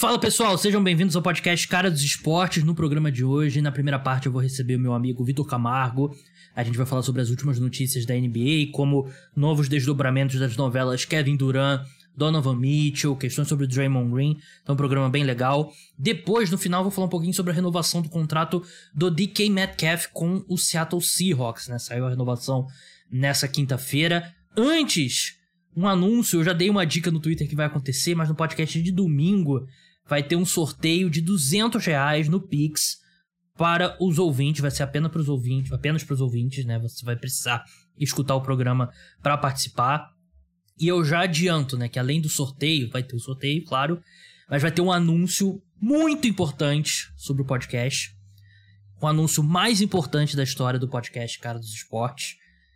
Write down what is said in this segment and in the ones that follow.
Fala pessoal, sejam bem-vindos ao podcast Cara dos Esportes. No programa de hoje, na primeira parte, eu vou receber o meu amigo Vitor Camargo. A gente vai falar sobre as últimas notícias da NBA, como novos desdobramentos das novelas Kevin Durant, Donovan Mitchell, questões sobre o Draymond Green. Então, um programa bem legal. Depois, no final, vou falar um pouquinho sobre a renovação do contrato do DK Metcalf com o Seattle Seahawks, né? Saiu a renovação nessa quinta-feira. Antes, um anúncio, eu já dei uma dica no Twitter que vai acontecer, mas no podcast de domingo vai ter um sorteio de R$200 no Pix para os ouvintes, vai ser apenas para os ouvintes, né? Você vai precisar escutar o programa para participar. E eu já adianto, né, que além do sorteio, vai ter o sorteio, claro, mas vai ter um anúncio muito importante sobre o podcast. O anúncio mais importante da história do podcast Cara dos Esportes.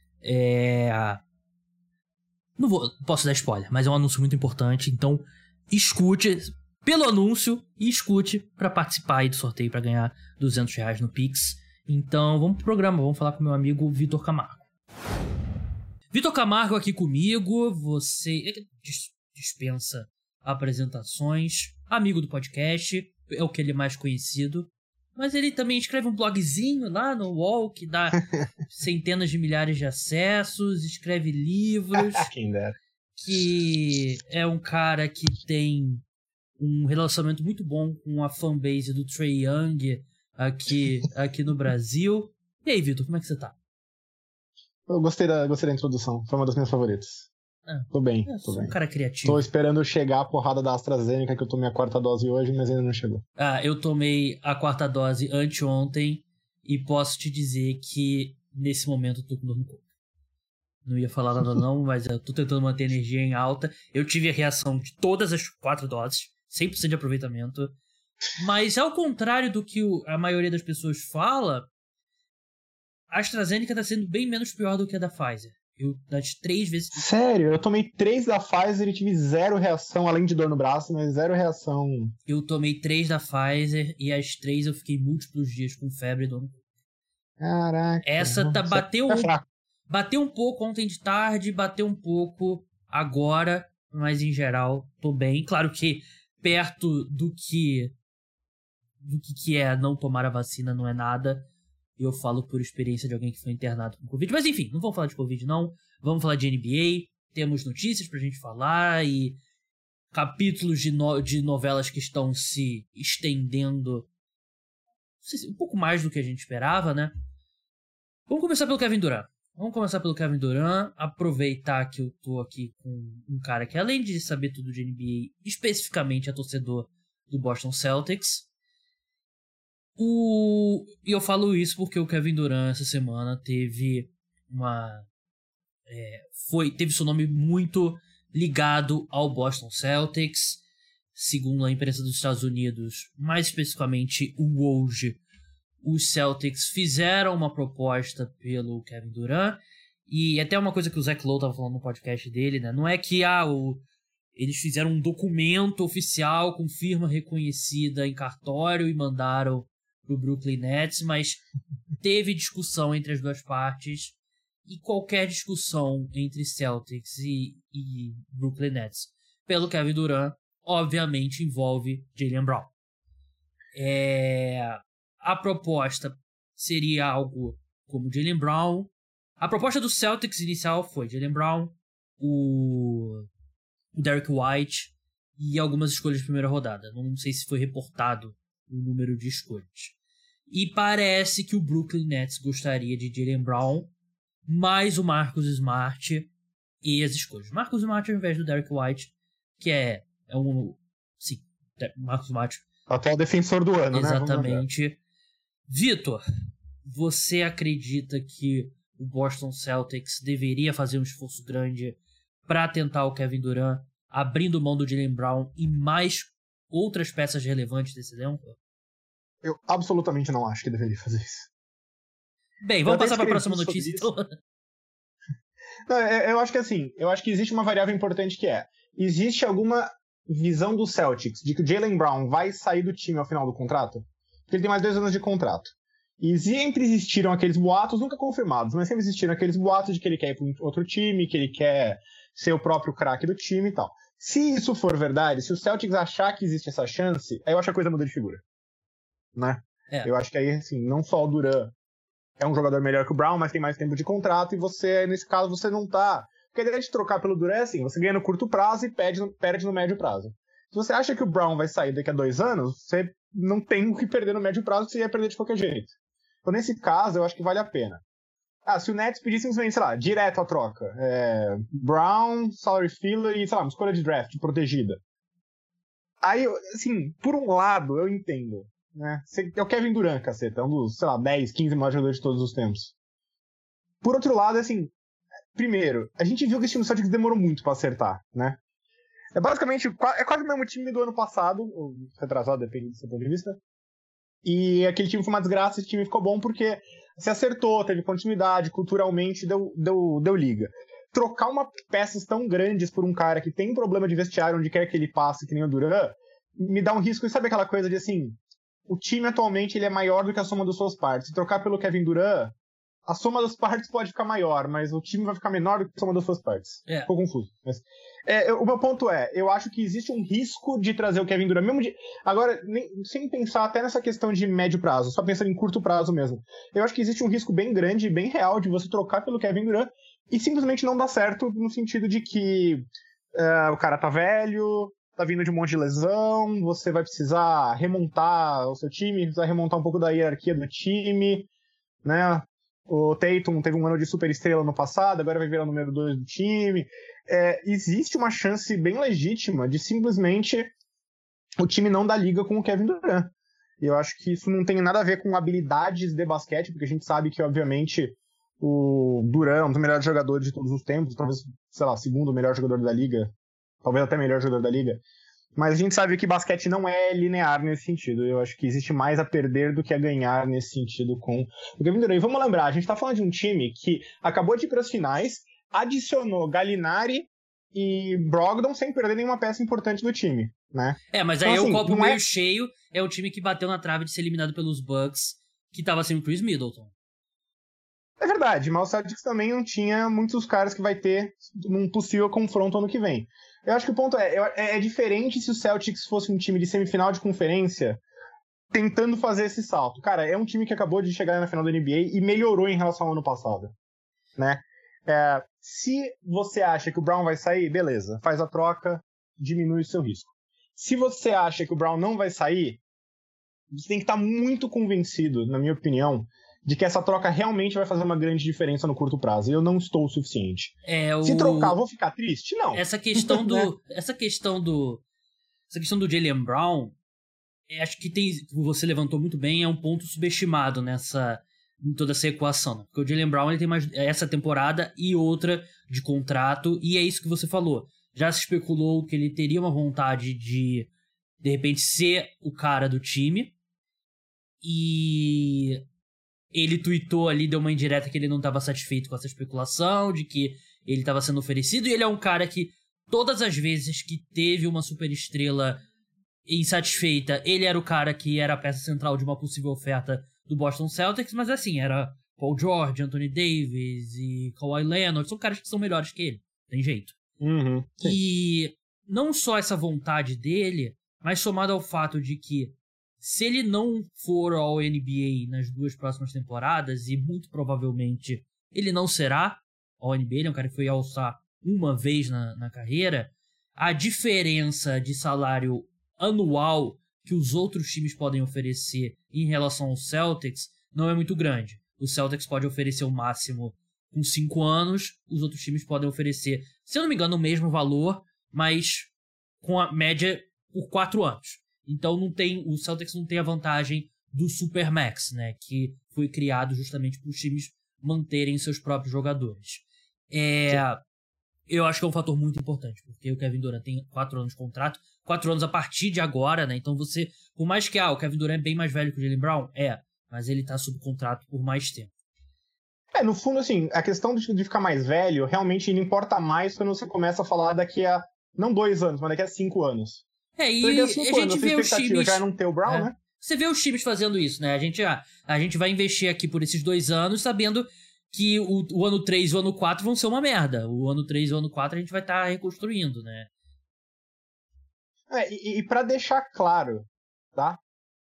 Não posso dar spoiler, mas é um anúncio muito importante, então escute pelo anúncio e escute para participar aí do sorteio para ganhar R$200 no Pix. Então vamos pro programa, vamos falar com meu amigo Vitor Camargo. Vitor Camargo aqui comigo, você dispensa apresentações, amigo do podcast, é o que ele é mais conhecido, mas ele também escreve um blogzinho lá no UOL que dá centenas de milhares de acessos, escreve livros, Quem dera. que é um cara que tem um relacionamento muito bom com a fanbase do Trae Young aqui no Brasil. E aí, Vitor, como é que você tá? Eu gostei da introdução, foi uma das minhas favoritas. Tô bem. Sou um cara criativo. Tô esperando chegar a porrada da AstraZeneca, que eu tomei a quarta dose hoje, mas ainda não chegou. Eu tomei a quarta dose anteontem e posso te dizer que nesse momento eu tô com dor no corpo. Não ia falar nada não, mas eu tô tentando manter a energia em alta. Eu tive a reação de todas as 4 doses, 100% de aproveitamento. Mas ao contrário do que a maioria das pessoas fala, a AstraZeneca tá sendo bem menos pior do que a da Pfizer. Eu das 3 vezes... Sério? Eu tomei 3 da Pfizer e tive 0 reação, além de dor no braço, mas 0 reação. Eu tomei 3 da Pfizer e as 3 eu fiquei múltiplos dias com febre e dor no corpo. Caraca. Essa bateu um pouco ontem de tarde, bateu um pouco agora, mas em geral tô bem. Claro que perto do que é não tomar a vacina não é nada. Eu falo por experiência de alguém que foi internado com Covid. Mas enfim, não vamos falar de Covid não. Vamos falar de NBA. Temos notícias pra gente falar e capítulos de novelas que estão se estendendo um pouco mais do que a gente esperava, né? Vamos começar pelo Kevin Durant. Aproveitar que eu tô aqui com um cara que, além de saber tudo de NBA, especificamente é torcedor do Boston Celtics. E eu falo isso porque o Kevin Durant essa semana teve seu nome muito ligado ao Boston Celtics, segundo a imprensa dos Estados Unidos, mais especificamente o Woj. Os Celtics fizeram uma proposta pelo Kevin Durant, e até uma coisa que o Zach Lowe estava falando no podcast dele, né? Não é que eles fizeram um documento oficial com firma reconhecida em cartório e mandaram pro Brooklyn Nets, mas teve discussão entre as duas partes, e qualquer discussão entre Celtics e Brooklyn Nets pelo Kevin Durant, obviamente envolve Jaylen Brown. A proposta seria algo como Jaylen Brown. A proposta do Celtics inicial foi Jaylen Brown, o Derek White e algumas escolhas de primeira rodada. Não sei se foi reportado o número de escolhas. E parece que o Brooklyn Nets gostaria de Jaylen Brown, mais o Marcus Smart e as escolhas. Marcus Smart ao invés do Derek White, que Marcus Smart. Atual defensor do ano, exatamente. Né? Vitor, você acredita que o Boston Celtics deveria fazer um esforço grande para tentar o Kevin Durant, abrindo mão do Jaylen Brown e mais outras peças relevantes desse elenco? Eu absolutamente não acho que deveria fazer isso. Bem, vamos passar para a próxima notícia, então. Não, eu acho que assim, existe uma variável importante que existe alguma visão do Celtics de que o Jaylen Brown vai sair do time ao final do contrato? Porque ele tem mais 2 anos de contrato. E sempre existiram aqueles boatos, nunca confirmados, mas sempre existiram aqueles boatos de que ele quer ir para outro time, que ele quer ser o próprio craque do time e tal. Se isso for verdade, se o Celtics achar que existe essa chance, aí eu acho que a coisa muda de figura. Né? Eu acho que aí, assim, não só o Durant é um jogador melhor que o Brown, mas tem mais tempo de contrato, e você, nesse caso, você não tá... Porque a ideia de trocar pelo Durant é assim, você ganha no curto prazo e perde no médio prazo. Se você acha que o Brown vai sair daqui a 2 anos, você não tem o que perder no médio prazo, você ia perder de qualquer jeito. Então, nesse caso, eu acho que vale a pena. Se o Nets pedir simplesmente, sei lá, direto a troca, Brown, salary filler e, sei lá, uma escolha de draft protegida. Aí, assim, por um lado, eu entendo, né? É o Kevin Durant, caceta, é um dos, sei lá, 10, 15 maiores jogadores de todos os tempos. Por outro lado, assim, primeiro, a gente viu que esse time do Celtics demorou muito pra acertar, né? É basicamente, é quase o mesmo time do ano passado, ou retrasado, depende do seu ponto de vista. E aquele time foi uma desgraça, esse time ficou bom porque se acertou, teve continuidade, culturalmente deu liga. Trocar peças tão grandes por um cara que tem problema de vestiário onde quer que ele passe, que nem o Durant, me dá um risco. E sabe aquela coisa de assim, o time atualmente ele é maior do que a soma das suas partes. Se trocar pelo Kevin Durant, a soma das partes pode ficar maior, mas o time vai ficar menor do que a soma das suas partes. Ficou confuso. Mas, o meu ponto eu acho que existe um risco de trazer o Kevin Durant, agora, sem pensar até nessa questão de médio prazo, só pensando em curto prazo mesmo. Eu acho que existe um risco bem grande, bem real, de você trocar pelo Kevin Durant e simplesmente não dar certo, no sentido de que o cara tá velho, tá vindo de um monte de lesão, você vai precisar remontar o seu time, precisar remontar um pouco da hierarquia do time, né? O Tatum teve um ano de super estrela no passado, agora vai virar o número 2 do time. Existe uma chance bem legítima de simplesmente o time não dar liga com o Kevin Durant. E eu acho que isso não tem nada a ver com habilidades de basquete, porque a gente sabe que, obviamente, o Durant é um dos melhores jogadores de todos os tempos, talvez, sei lá, segundo melhor jogador da liga, talvez até melhor jogador da liga. Mas a gente sabe que basquete não é linear nesse sentido. Eu acho que existe mais a perder do que a ganhar nesse sentido com o Kevin Durant. E vamos lembrar, a gente tá falando de um time que acabou de ir para as finais, adicionou Gallinari e Brogdon sem perder nenhuma peça importante do time, né? Mas aí então, assim, o copo meio cheio é o time que bateu na trave de ser eliminado pelos Bucks, que tava sem o Chris Middleton. É verdade, mas o Celtics também não tinha muitos caras que vai ter num possível confronto ano que vem. Eu acho que o ponto é diferente se o Celtics fosse um time de semifinal de conferência tentando fazer esse salto. Cara, é um time que acabou de chegar na final da NBA e melhorou em relação ao ano passado, né? Se você acha que o Brown vai sair, beleza, faz a troca, diminui o seu risco. Se você acha que o Brown não vai sair, você tem que estar muito convencido, na minha opinião, de que essa troca realmente vai fazer uma grande diferença no curto prazo. E eu não estou o suficiente. Se trocar, eu vou ficar triste? Não. Essa questão do Jaylen Brown, acho que você levantou muito bem, é um ponto subestimado em toda essa equação. Né? Porque o Jaylen Brown ele tem mais essa temporada e outra de contrato, e é isso que você falou. Já se especulou que ele teria uma vontade de repente, ser o cara do time. E ele tweetou ali, deu uma indireta que ele não estava satisfeito com essa especulação, de que ele estava sendo oferecido, e ele é um cara que todas as vezes que teve uma superestrela insatisfeita, ele era o cara que era a peça central de uma possível oferta do Boston Celtics, mas assim, era Paul George, Anthony Davis e Kawhi Leonard, são caras que são melhores que ele, tem jeito. Uhum, e não só essa vontade dele, mas somado ao fato de que se ele não for ao NBA nas 2 próximas temporadas, e muito provavelmente ele não será ao NBA, ele é um cara que foi All-Star uma vez na carreira, a diferença de salário anual que os outros times podem oferecer em relação ao Celtics não é muito grande. O Celtics pode oferecer o máximo com 5 anos, os outros times podem oferecer, se eu não me engano, o mesmo valor, mas com a média por 4 anos. Então o Celtics não tem a vantagem do Supermax, né, que foi criado justamente para os times manterem seus próprios jogadores. Eu acho que é um fator muito importante, porque o Kevin Durant tem 4 anos de contrato, 4 anos a partir de agora, né, então você, por mais que o Kevin Durant é bem mais velho que o Jaylen Brown, mas ele tá sob contrato por mais tempo. No fundo, assim, a questão de ficar mais velho realmente não importa mais quando você começa a falar daqui a, não 2 anos, mas daqui a 5 anos. E a gente vê os times... Já não ter o Brown, né? Você vê os times fazendo isso, né? A gente vai investir aqui por esses 2 anos sabendo que o ano 3 e o ano 4 vão ser uma merda. O ano 3 e o ano 4 a gente vai estar reconstruindo, né? E para deixar claro, tá?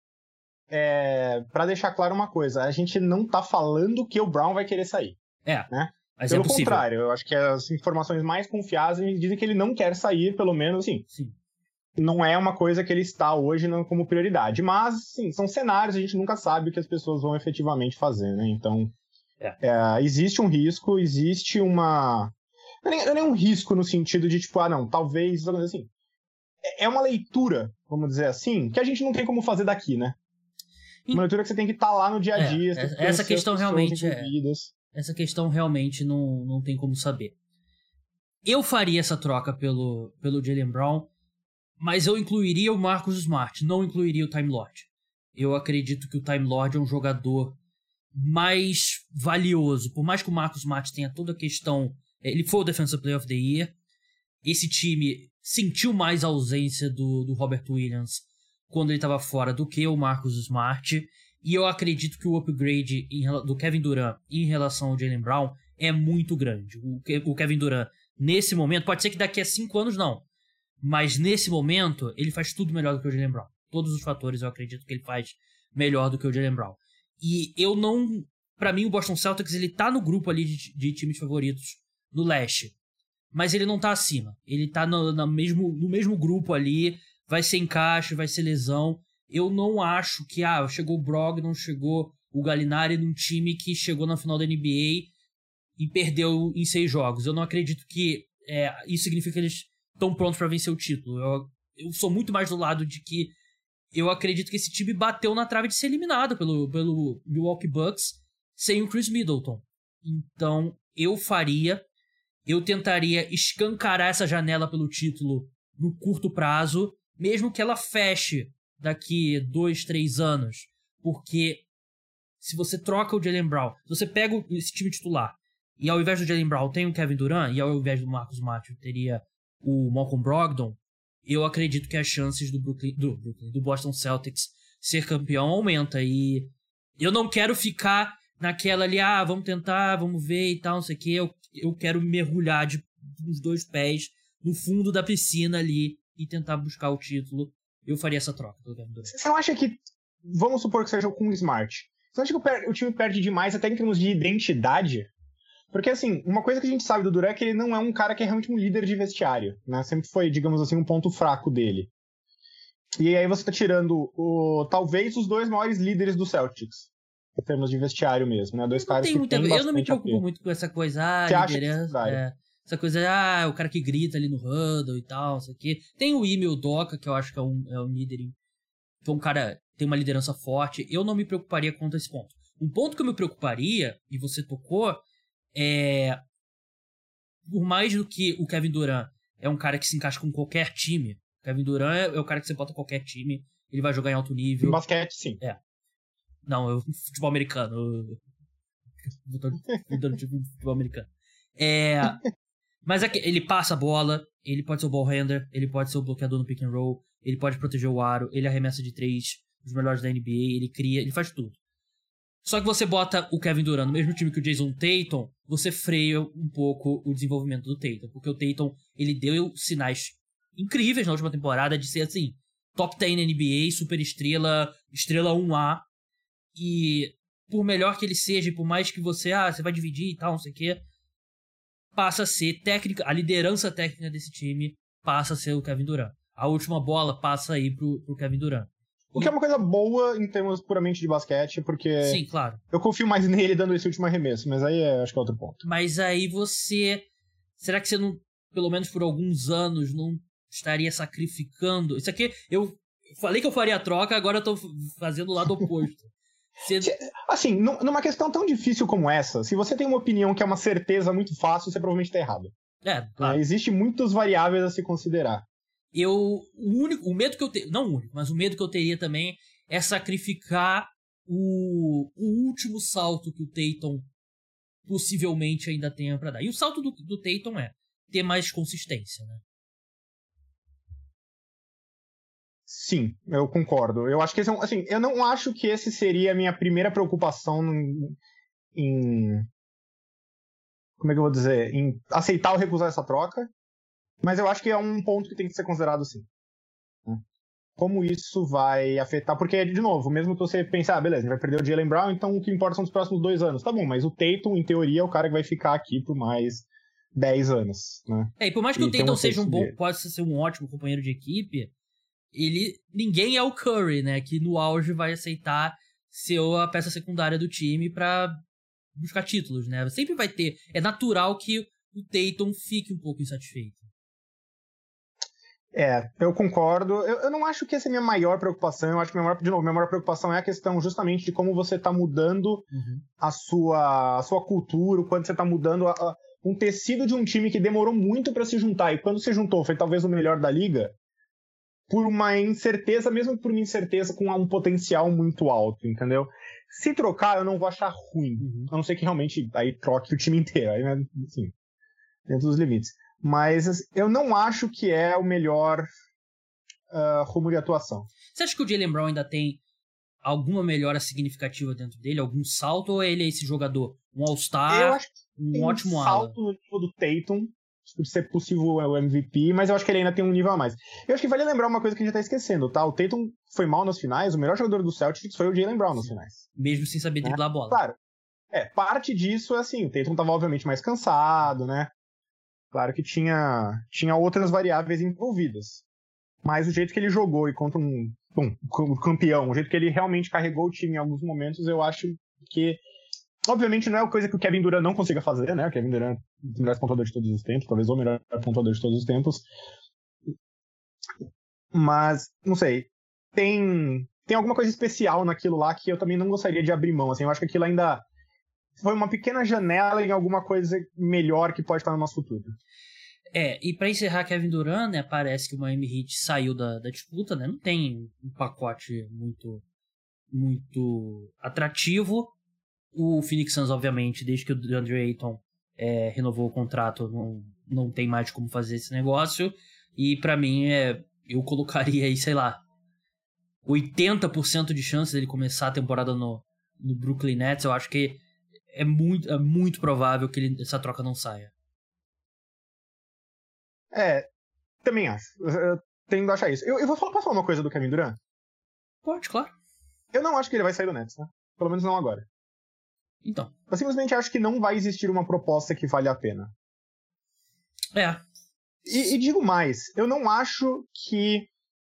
Para deixar claro uma coisa, a gente não tá falando que o Brown vai querer sair. Né? Mas pelo possível. contrário, eu acho que as informações mais confiáveis dizem que ele não quer sair, pelo menos assim. Sim. Não é uma coisa que ele está hoje como prioridade. Mas, sim, são cenários, a gente nunca sabe o que as pessoas vão efetivamente fazer, né? Então, existe um risco, existe uma... Não é nem um risco no sentido de, tipo, não, talvez, assim... É uma leitura, vamos dizer assim, que a gente não tem como fazer daqui, né? Uma leitura que você tem que estar lá no dia a dia. Essa questão realmente essa questão realmente não tem como saber. Eu faria essa troca pelo Jaylen Brown, mas eu incluiria o Marcus Smart, não incluiria o Time Lord. Eu acredito que o Time Lord é um jogador mais valioso. Por mais que o Marcus Smart tenha toda a questão... Ele foi o Defensive Player of the Year. Esse time sentiu mais a ausência do Robert Williams quando ele estava fora do que o Marcus Smart. E eu acredito que o upgrade do Kevin Durant em relação ao Jaylen Brown é muito grande. O Kevin Durant, nesse momento, pode ser que daqui a 5 anos não, mas nesse momento ele faz tudo melhor do que o Jaylen Brown. Todos os fatores eu acredito que ele faz melhor do que o Jaylen Brown. E eu não... Pra mim, o Boston Celtics, ele tá no grupo ali de times favoritos no leste. Mas ele não tá acima. Ele tá no mesmo grupo ali. Vai ser encaixe, vai ser lesão. Eu não acho que... chegou o Brogdon, chegou o Gallinari num time que chegou na final da NBA e perdeu em 6 jogos. Eu não acredito que isso significa que eles estão prontos para vencer o título. Eu sou muito mais do lado de que eu acredito que esse time bateu na trave de ser eliminado pelo Milwaukee Bucks sem o Chris Middleton. Então, eu tentaria escancarar essa janela pelo título no curto prazo, mesmo que ela feche daqui 2, 3 anos. Porque se você troca o Jaylen Brown, se você pega esse time titular e ao invés do Jaylen Brown tem o Kevin Durant e ao invés do Marcus Smart teria o Malcolm Brogdon, eu acredito que as chances do Boston Celtics ser campeão aumenta. E eu não quero ficar naquela ali, vamos tentar, vamos ver e tal, não sei o que. Eu quero mergulhar dos 2 pés no fundo da piscina ali e tentar buscar o título. Eu faria essa troca pelo Kevin Durant. Você não acha que, vamos supor que seja com o Smart, você não acha que o time perde demais até em termos de identidade? Porque, assim, uma coisa que a gente sabe do Durant é que ele não é um cara que é realmente um líder de vestiário, né? Sempre foi, digamos assim, um ponto fraco dele. E aí você tá tirando talvez os 2 maiores líderes do Celtics, em termos de vestiário mesmo, né? 2 caras que tem bastante eu não me preocupo muito com essa coisa, liderança, essa coisa, o cara que grita ali no huddle e tal, não sei o quê. Tem o Ime Udoka, que eu acho que é um líder, que é um cara tem uma liderança forte. Eu não me preocuparia quanto a esse ponto. Um ponto que eu me preocuparia, e você tocou, por mais do que o Kevin Durant é um cara que se encaixa com qualquer time, o Kevin Durant é o cara que você bota em qualquer time, ele vai jogar em alto nível. No basquete, sim. Não, futebol americano. Mudando de futebol americano. Mas ele passa a bola, ele pode ser o ball handler, ele pode ser o bloqueador no pick and roll, ele pode proteger o aro, ele arremessa de 3, os melhores da NBA, ele cria, ele faz tudo. Só que você bota o Kevin Durant no mesmo time que o Jason Tatum, você freia um pouco o desenvolvimento do Tatum. Porque o Tatum, ele deu sinais incríveis na última temporada de ser, assim, top 10 na NBA, super estrela 1A. E por melhor que ele seja, por mais que você vai dividir e tal, não sei o quê, passa a ser a liderança técnica desse time passa a ser o Kevin Durant. A última bola passa aí pro Kevin Durant. O que é uma coisa boa em termos puramente de basquete, porque sim, claro. Eu confio mais nele dando esse último arremesso, mas aí acho que é outro ponto. Mas aí será que você não, pelo menos por alguns anos, não estaria sacrificando? Isso aqui, eu falei que eu faria a troca, agora eu tô fazendo o lado oposto. Assim, numa questão tão difícil como essa, se você tem uma opinião que é uma certeza muito fácil, você provavelmente tá errado. Claro. Existem muitas variáveis a se considerar. O medo que eu teria, não o único, mas o medo que eu teria também é sacrificar o último salto que o Tatum possivelmente ainda tenha pra dar. E o salto do Tatum é ter mais consistência, né? Sim, eu concordo. Eu acho que eu não acho que esse seria a minha primeira preocupação em como é que eu vou dizer? Em aceitar ou recusar essa troca. Mas eu acho que é um ponto que tem que ser considerado sim. né? Como isso vai afetar, porque, de novo, mesmo que você pensar, beleza, a gente vai perder o Jaylen Brown, então o que importa são os próximos 2 anos. Tá bom, mas o Tatum, em teoria, é o cara que vai ficar aqui por mais 10 anos, né? E por mais que o Tatum seja pode ser um ótimo companheiro de equipe, ninguém é o Curry, né, que no auge vai aceitar ser a peça secundária do time pra buscar títulos, né? Sempre vai ter, é natural que o Tatum fique um pouco insatisfeito. Eu concordo. Eu não acho que essa é a minha maior preocupação. Eu acho que minha maior preocupação é a questão justamente de como você está mudando a sua cultura, o quanto você está mudando um tecido de um time que demorou muito para se juntar. E quando se juntou, foi talvez o melhor da liga, por uma incerteza, mesmo por uma incerteza com um potencial muito alto, entendeu? Se trocar, eu não vou achar ruim. A não ser que realmente aí troque o time inteiro. Aí, né, assim, dentro dos limites. Mas eu não acho que é o melhor rumo de atuação. Você acha que o Jaylen Brown ainda tem alguma melhora significativa dentro dele? Algum salto? Ou ele é esse jogador? Um All-Star? Eu acho que um ótimo ala? Salto no nível do Tatum, por ser possível o MVP, mas eu acho que ele ainda tem um nível a mais. Eu acho que vale lembrar uma coisa que a gente tá esquecendo, tá? O Tatum foi mal nas finais, o melhor jogador do Celtics foi o Jaylen Brown nas finais. Mesmo sem saber driblar a bola. Claro. Parte disso é assim, o Tatum tava obviamente mais cansado, né? Claro que tinha outras variáveis envolvidas. Mas o jeito que ele jogou e contra um campeão, o jeito que ele realmente carregou o time em alguns momentos, eu acho que... Obviamente não é uma coisa que o Kevin Durant não consiga fazer, né? O Kevin Durant é o melhor pontuador de todos os tempos, talvez o melhor pontuador de todos os tempos. Mas, não sei, tem alguma coisa especial naquilo lá que eu também não gostaria de abrir mão. Assim, eu acho que aquilo ainda... foi uma pequena janela em alguma coisa melhor que pode estar no nosso futuro. E pra encerrar Kevin Durant, né, parece que o Miami Heat saiu da disputa, né, não tem um pacote muito atrativo. O Phoenix Suns, obviamente, desde que o DeAndre Ayton renovou o contrato, não tem mais como fazer esse negócio. E pra mim, eu colocaria aí, sei lá, 80% de chance dele começar a temporada no Brooklyn Nets. Eu acho que é muito provável que essa troca não saia. Também acho. Eu tendo a achar isso. Posso falar uma coisa do Kevin Durant? Pode, claro. Eu não acho que ele vai sair do Nets, né? Pelo menos não agora. Então. Eu simplesmente acho que não vai existir uma proposta que vale a pena. E digo mais, eu não acho que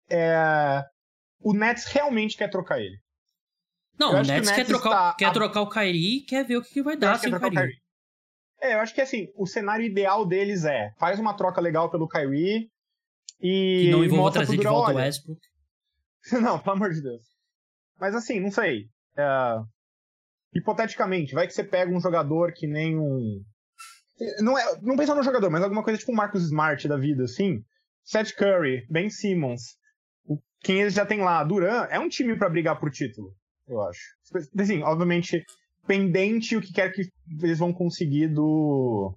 o Nets realmente quer trocar ele. Não, o Nets quer trocar o Kyrie e quer ver o que vai dar sem o Kyrie. Eu acho que assim, o cenário ideal deles faz uma troca legal pelo Kyrie e... Que não envolva trazer de volta o Westbrook. Não, pelo amor de Deus. Mas assim, não sei. Hipoteticamente, vai que você pega um jogador que nem um... Não pensando no jogador, mas alguma coisa tipo um Marcus Smart da vida, assim. Seth Curry, Ben Simmons. Quem eles já tem lá, Durant, é um time pra brigar por título, eu acho. Assim, obviamente, pendente o que quer que eles vão conseguir do...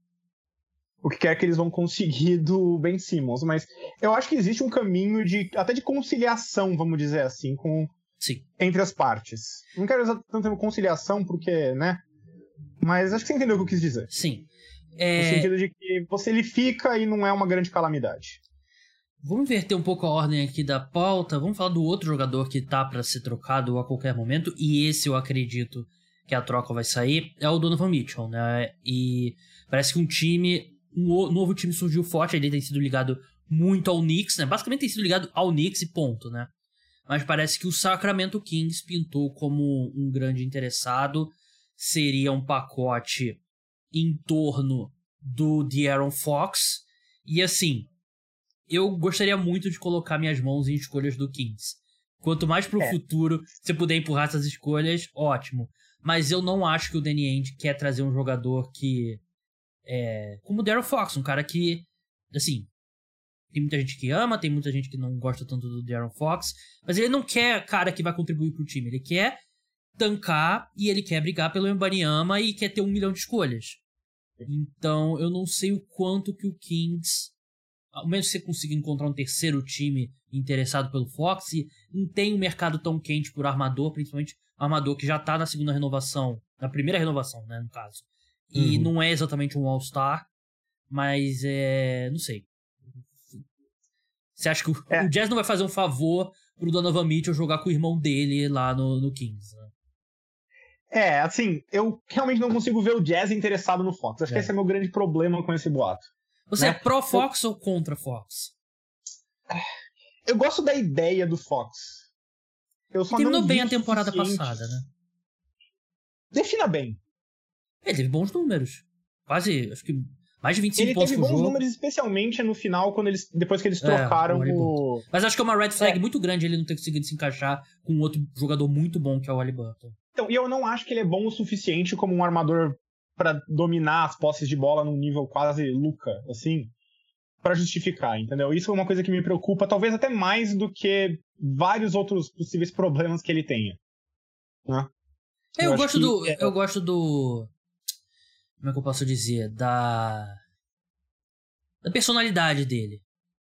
O que quer que eles vão conseguir do Ben Simmons. Mas eu acho que existe um caminho até de conciliação, vamos dizer assim, Sim. Entre as partes. Não quero usar tanto conciliação porque, né? Mas acho que você entendeu o que eu quis dizer. Sim. No sentido de que ele fica e não é uma grande calamidade. Vamos inverter um pouco a ordem aqui da pauta. Vamos falar do outro jogador que tá pra ser trocado a qualquer momento. E esse eu acredito que a troca vai sair. É o Donovan Mitchell, né? E parece que um novo time surgiu forte. Ele tem sido ligado muito ao Knicks, né? Basicamente tem sido ligado ao Knicks e ponto, né? Mas parece que o Sacramento Kings pintou como um grande interessado. Seria um pacote em torno do De'Aaron Fox. E assim, eu gostaria muito de colocar minhas mãos em escolhas do Kings. Quanto mais pro futuro você puder empurrar essas escolhas, ótimo. Mas eu não acho que o Danny Ainge quer trazer um jogador que como o De'Aaron Fox, um cara que, assim, tem muita gente que ama, tem muita gente que não gosta tanto do De'Aaron Fox, mas ele não quer cara que vai contribuir pro time, ele quer tancar e ele quer brigar pelo Wembanyama e quer ter 1 milhão de escolhas. Então, eu não sei o quanto que o Kings, ao menos que você consiga encontrar um terceiro time interessado pelo Fox, e não tem um mercado tão quente por armador, principalmente armador que já tá na segunda renovação, na primeira renovação, né, no caso. E não é exatamente um All-Star, mas não sei. Você acha que o Jazz não vai fazer um favor pro Donovan Mitchell jogar com o irmão dele lá no Kings, né? Assim, eu realmente não consigo ver o Jazz interessado no Fox. Acho que esse é meu grande problema com esse boato. Você é pró-Fox ou contra Fox? Eu gosto da ideia do Fox. Eu só terminou não bem a temporada passada, né? Defina bem. Ele teve bons números. Quase, acho que mais de 25 pontos por jogo. Ele teve bons números, especialmente no final, depois que eles trocaram o... Mas acho que é uma red flag muito grande ele não ter conseguido se encaixar com um outro jogador muito bom, que é o Haliburton. Então, e eu não acho que ele é bom o suficiente como um armador pra dominar as posses de bola num nível quase Luka, assim, pra justificar, entendeu? Isso é uma coisa que me preocupa, talvez até mais do que vários outros possíveis problemas que ele tenha. Né? Eu gosto do... Como é que eu posso dizer? Da personalidade dele.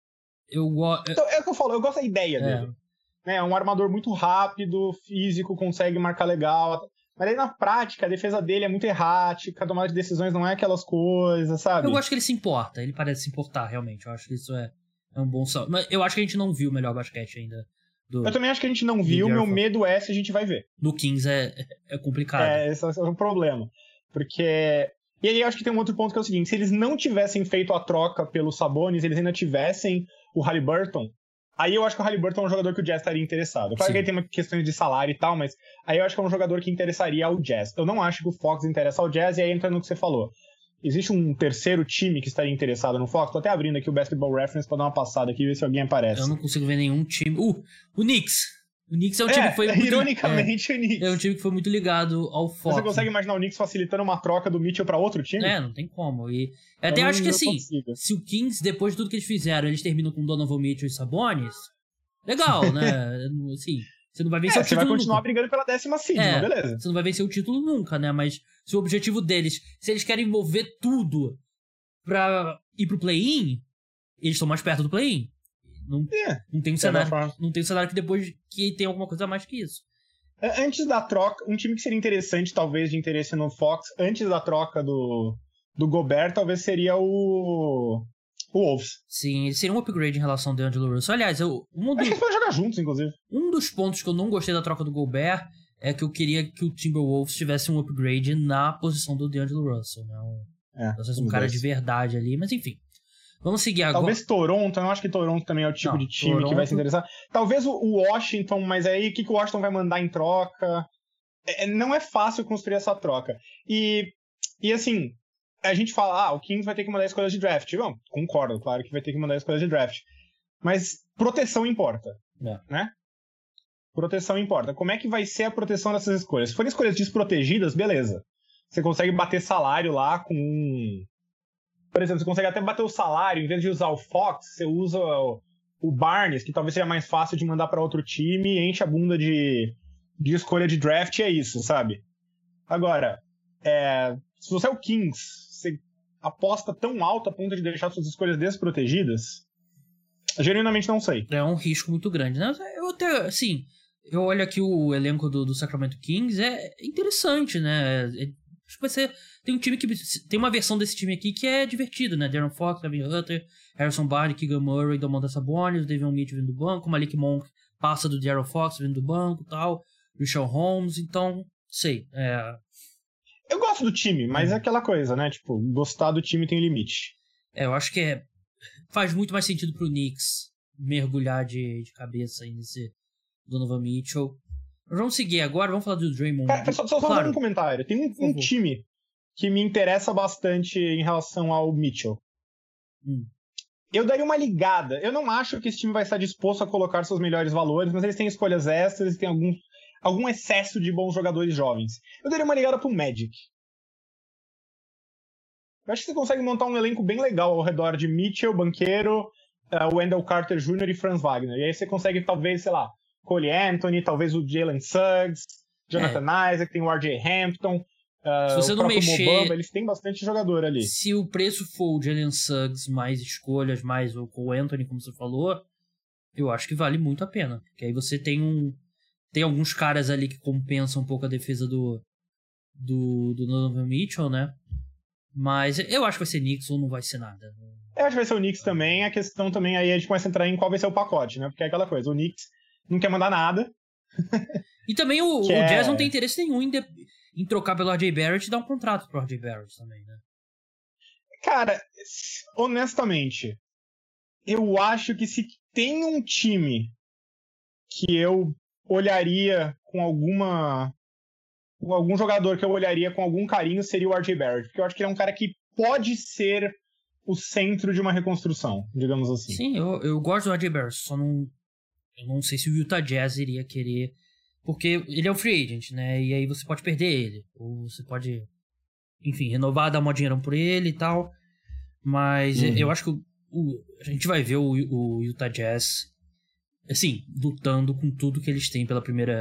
Então, é o que eu falo, eu gosto da ideia dele. É um armador muito rápido, físico, consegue marcar legal. Mas aí na prática, a defesa dele é muito errática, a tomada de decisões não é aquelas coisas, sabe? Eu gosto que ele se importa, ele parece se importar, realmente. Eu acho que isso é um bom salto. Mas eu acho que a gente não viu o melhor basquete ainda. Eu também acho que a gente não viu, meu medo é se a gente vai ver. No Kings é complicado. Esse é um problema. Porque... E aí eu acho que tem um outro ponto que é o seguinte, se eles não tivessem feito a troca pelo Sabonis, eles ainda tivessem o Haliburton, aí eu acho que o Haliburton é um jogador que o Jazz estaria interessado. Claro que ele tem uma questão de salário e tal, mas aí eu acho que é um jogador que interessaria ao Jazz. Eu não acho que o Fox interessa ao Jazz, e aí entra no que você falou. Existe um terceiro time que estaria interessado no Fox? Tô até abrindo aqui o Basketball Reference pra dar uma passada aqui e ver se alguém aparece. Eu não consigo ver nenhum time... o Knicks! O Knicks é um time que foi... Ironicamente, o Knicks. É um time que foi muito ligado ao Fox. Você consegue imaginar o Knicks facilitando uma troca do Mitchell pra outro time? Não tem como. E até acho que assim, se o Kings, depois de tudo que eles fizeram, eles terminam com Donovan Mitchell e Sabonis, legal, né? Assim, você não vai vencer o título nunca. Você vai continuar nunca. brigando pela 10ª seed, mas beleza. Você não vai vencer o título nunca, né? Mas se o objetivo deles, se eles querem mover tudo pra ir pro play-in, eles estão mais perto do play-in. Não tem um cenário que depois que tem alguma coisa a mais que isso. Antes da troca, um time que seria interessante, talvez, de interesse no Fox, antes da troca do Gobert, talvez seria o Wolves. Sim, seria um upgrade em relação ao DeAngelo Russell. Aliás, acho que eles podem jogar juntos, inclusive. Um dos pontos que eu não gostei da troca do Gobert é que eu queria que o Timberwolves tivesse um upgrade na posição do DeAngelo Russell, né? Um cara de verdade ali, mas enfim. Vamos seguir agora. Talvez Toronto, eu não acho que Toronto também é o tipo de time que vai se interessar. Talvez o Washington, mas aí o que o Washington vai mandar em troca? Não é fácil construir essa troca. E assim, a gente fala, o Kings vai ter que mandar escolhas de draft. Bom, concordo, claro que vai ter que mandar escolhas de draft. Mas proteção importa, né? Proteção importa. Como é que vai ser a proteção dessas escolhas? Se forem escolhas desprotegidas, beleza. Você consegue bater salário lá com Por exemplo, você consegue até bater o salário, em vez de usar o Fox, você usa o Barnes, que talvez seja mais fácil de mandar para outro time, enche a bunda de escolha de draft e é isso, sabe? Agora, se você é o Kings, você aposta tão alto a ponto de deixar suas escolhas desprotegidas, genuinamente não sei. É um risco muito grande, né? Eu até, assim, eu olho aqui o elenco do Sacramento Kings, é interessante, né? Acho que vai ser... Tem um time que... Tem uma versão desse time aqui que é divertido, né? De'Aaron Fox, Kevin Huerter, Harrison Barnes, Keegan Murray, Domantas Sabonis, Davion Mitchell vindo do banco, Malik Monk passa do De'Aaron Fox vindo do banco e tal, Richaun Holmes, então, sei. Eu gosto do time, mas é aquela coisa, né? Tipo, gostar do time tem limite. Eu acho que faz muito mais sentido pro Knicks mergulhar de cabeça aí nesse Donovan Mitchell. Vamos seguir agora, vamos falar do Draymond. Cara, só claro. Um comentário. Tem um time que me interessa bastante em relação ao Mitchell. Eu daria uma ligada. Eu não acho que esse time vai estar disposto a colocar seus melhores valores, mas eles têm escolhas extras, eles têm algum excesso de bons jogadores jovens. Eu daria uma ligada pro Magic. Eu acho que você consegue montar um elenco bem legal ao redor de Mitchell, Banchero, Wendell Carter Jr. e Franz Wagner. E aí você consegue, talvez, sei lá, Cole Anthony, talvez o Jalen Suggs, Jonathan Isaac, tem o RJ Hampton, se você não mexer, Mobamba, eles têm bastante jogador ali. Se o preço for o Jalen Suggs, mais escolhas, mais o Cole Anthony, como você falou, eu acho que vale muito a pena. Porque aí você tem alguns caras ali que compensam um pouco a defesa do Donovan Mitchell, né? Mas eu acho que vai ser Knicks ou não vai ser nada. Eu acho que vai ser o Knicks também. A questão também aí a gente começa a entrar em qual vai ser o pacote, né? Porque é aquela coisa, o Knicks não quer mandar nada. E também o Jazz não tem interesse nenhum em trocar pelo RJ Barrett e dar um contrato pro RJ Barrett também, né? Cara, honestamente, eu acho que se tem um time que eu olharia com algum jogador que eu olharia com algum carinho, seria o RJ Barrett. Porque eu acho que ele é um cara que pode ser o centro de uma reconstrução, digamos assim. Sim, eu gosto do RJ Barrett, só não... Eu não sei se o Utah Jazz iria querer... Porque ele é um free agent, né? E aí você pode perder ele. Ou você pode, enfim, renovar, dar um dinheiro por ele e tal. Mas eu acho que a gente vai ver o Utah Jazz, assim, lutando com tudo que eles têm pelas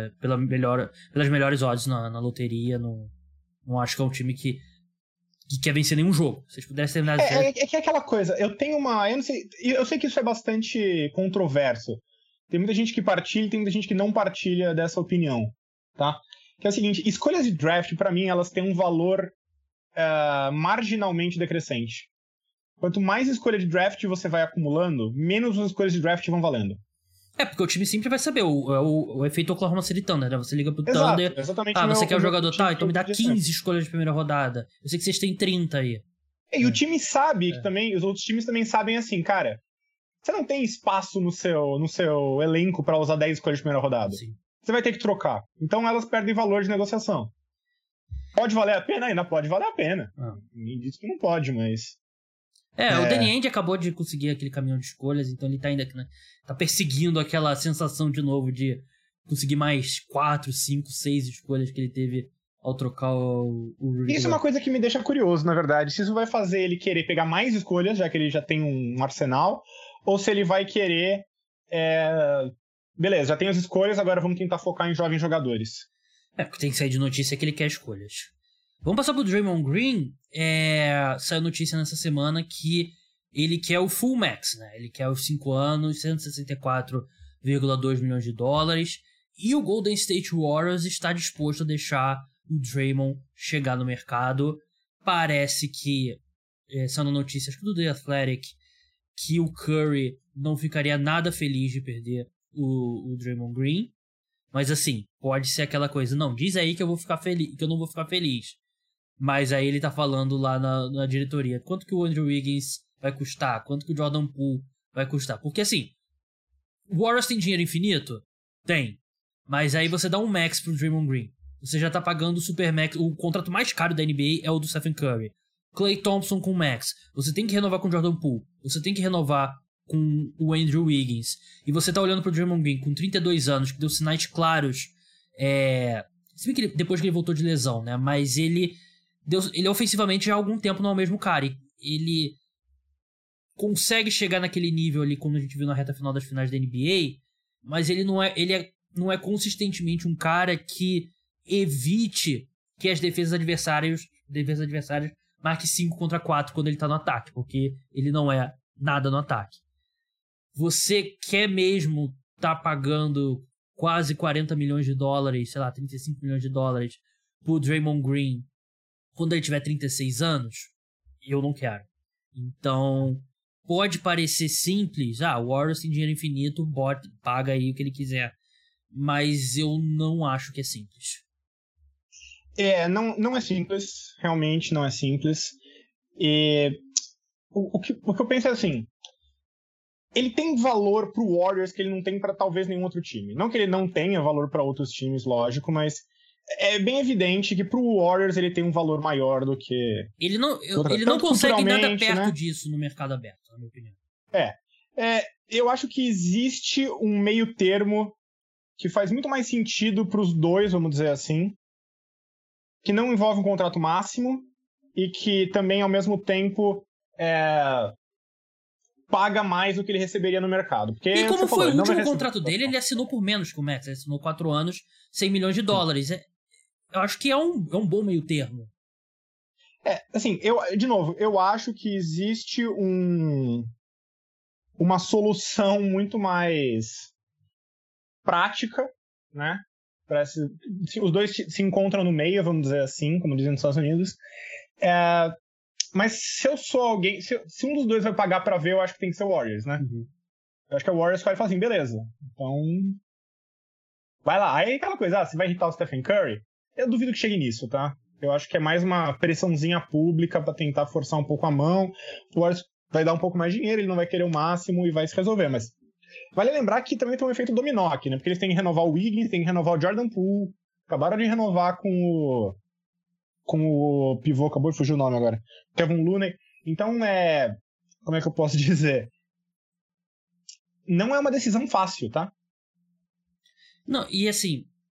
melhores odds na loteria. Não acho que é um time que quer vencer nenhum jogo. Se eles pudessem terminar... É que é aquela coisa, eu não sei, eu sei que isso é bastante controverso. Tem muita gente que partilha e tem muita gente que não partilha dessa opinião, tá? Que é o seguinte, escolhas de draft, pra mim, elas têm um valor marginalmente decrescente. Quanto mais escolha de draft você vai acumulando, menos as escolhas de draft vão valendo. Porque o time sempre vai saber, o efeito Oklahoma City Thunder, né? Você liga pro Exato, Thunder, exatamente você quer o jogador, então me dá 15 escolhas de primeira rodada. Eu sei que vocês têm 30 aí. E o time sabe que também, os outros times também sabem assim, cara, você não tem espaço no seu elenco pra usar 10 escolhas de primeira rodada. Sim. Você vai ter que trocar. Então elas perdem valor de negociação. Pode valer a pena? Ainda pode valer a pena. Ninguém disse que não pode, mas... O Danny Ainge acabou de conseguir aquele caminhão de escolhas, então ele tá ainda, né, tá perseguindo aquela sensação de novo de conseguir mais 4, 5, 6 escolhas que ele teve ao trocar o Rudy. Isso é uma coisa que me deixa curioso, na verdade. Se isso vai fazer ele querer pegar mais escolhas, já que ele já tem um arsenal, ou se ele vai querer... Beleza, já tem as escolhas, agora vamos tentar focar em jovens jogadores. Porque tem que sair de notícia que ele quer escolhas. Vamos passar pro Draymond Green. Saiu notícia nessa semana que ele quer o full max, né? Ele quer os 5 anos, 164,2 milhões de dólares. E o Golden State Warriors está disposto a deixar o Draymond chegar no mercado. Parece que, saindo notícias do The Athletic, que o Curry não ficaria nada feliz de perder o Draymond Green. Mas assim, pode ser aquela coisa, não, diz aí que eu vou ficar feliz, que eu não vou ficar feliz. Mas aí ele tá falando lá na diretoria, quanto que o Andrew Wiggins vai custar? Quanto que o Jordan Poole vai custar? Porque assim, o Warriors tem dinheiro infinito? Tem. Mas aí você dá um max pro Draymond Green. Você já tá pagando o super max, o contrato mais caro da NBA é o do Stephen Curry. Klay Thompson com max. Você tem que renovar com o Jordan Poole. Você tem que renovar com o Andrew Wiggins. E você tá olhando pro Draymond Green com 32 anos, que deu sinais claros. Se bem que depois que ele voltou de lesão, né? Mas ele ofensivamente já há algum tempo não é o mesmo cara. Ele consegue chegar naquele nível ali, como a gente viu na reta final das finais da NBA, mas ele não é consistentemente um cara que evite que as defesas adversárias marquem 5 contra 4 quando ele tá no ataque, porque ele não é nada no ataque. Você quer mesmo tá pagando quase 40 milhões de dólares, sei lá, 35 milhões de dólares pro Draymond Green quando ele tiver 36 anos? Eu não quero. Então, pode parecer simples. O Warriors tem dinheiro infinito, paga aí o que ele quiser. Mas eu não acho que é simples. Não é simples. Realmente não é simples. E o que eu penso é assim, ele tem valor pro Warriors que ele não tem para talvez nenhum outro time. Não que ele não tenha valor para outros times, lógico, mas é bem evidente que pro Warriors ele tem um valor maior do que... Ele não consegue nada perto disso no mercado aberto, na minha opinião. Eu acho que existe um meio termo que faz muito mais sentido pros dois, vamos dizer assim, que não envolve um contrato máximo e que também, ao mesmo tempo, paga mais do que ele receberia no mercado. Porque, e como foi o último contrato dele, ele assinou por menos que o Max. Ele assinou 4 anos, 100 milhões de dólares. Eu acho que é um bom meio termo. Assim, eu acho que existe uma solução muito mais prática, né? Os dois se encontram no meio, vamos dizer assim, como dizem nos Estados Unidos. Mas se eu sou alguém... Se um dos dois vai pagar pra ver, eu acho que tem que ser o Warriors, né? Uhum. Eu acho que o Warriors vai falar assim, beleza. Então... vai lá. Aí aquela coisa, você vai irritar o Stephen Curry? Eu duvido que chegue nisso, tá? Eu acho que é mais uma pressãozinha pública pra tentar forçar um pouco a mão. O Warriors vai dar um pouco mais de dinheiro, ele não vai querer o máximo e vai se resolver, mas... Vale lembrar que também tem um efeito dominó aqui, né? Porque eles têm que renovar o Wiggins, têm que renovar o Jordan Poole. Acabaram de renovar com o pivô, acabou de fugir o nome agora. Kevin Looney. Então, como é que eu posso dizer? Não é uma decisão fácil, tá? Não, e assim,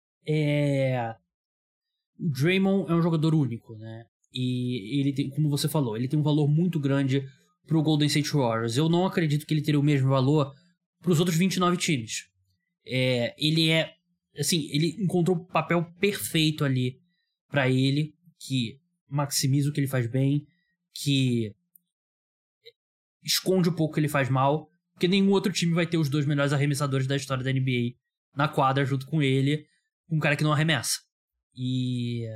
o Draymond é um jogador único, né? E ele tem, como você falou, ele tem um valor muito grande pro Golden State Warriors. Eu não acredito que ele teria o mesmo valor pros outros 29 times. Ele ele encontrou o papel perfeito ali pra ele, que maximiza o que ele faz bem, que esconde um pouco o que ele faz mal, porque nenhum outro time vai ter os 2 melhores arremessadores da história da NBA na quadra junto com ele, um cara que não arremessa. E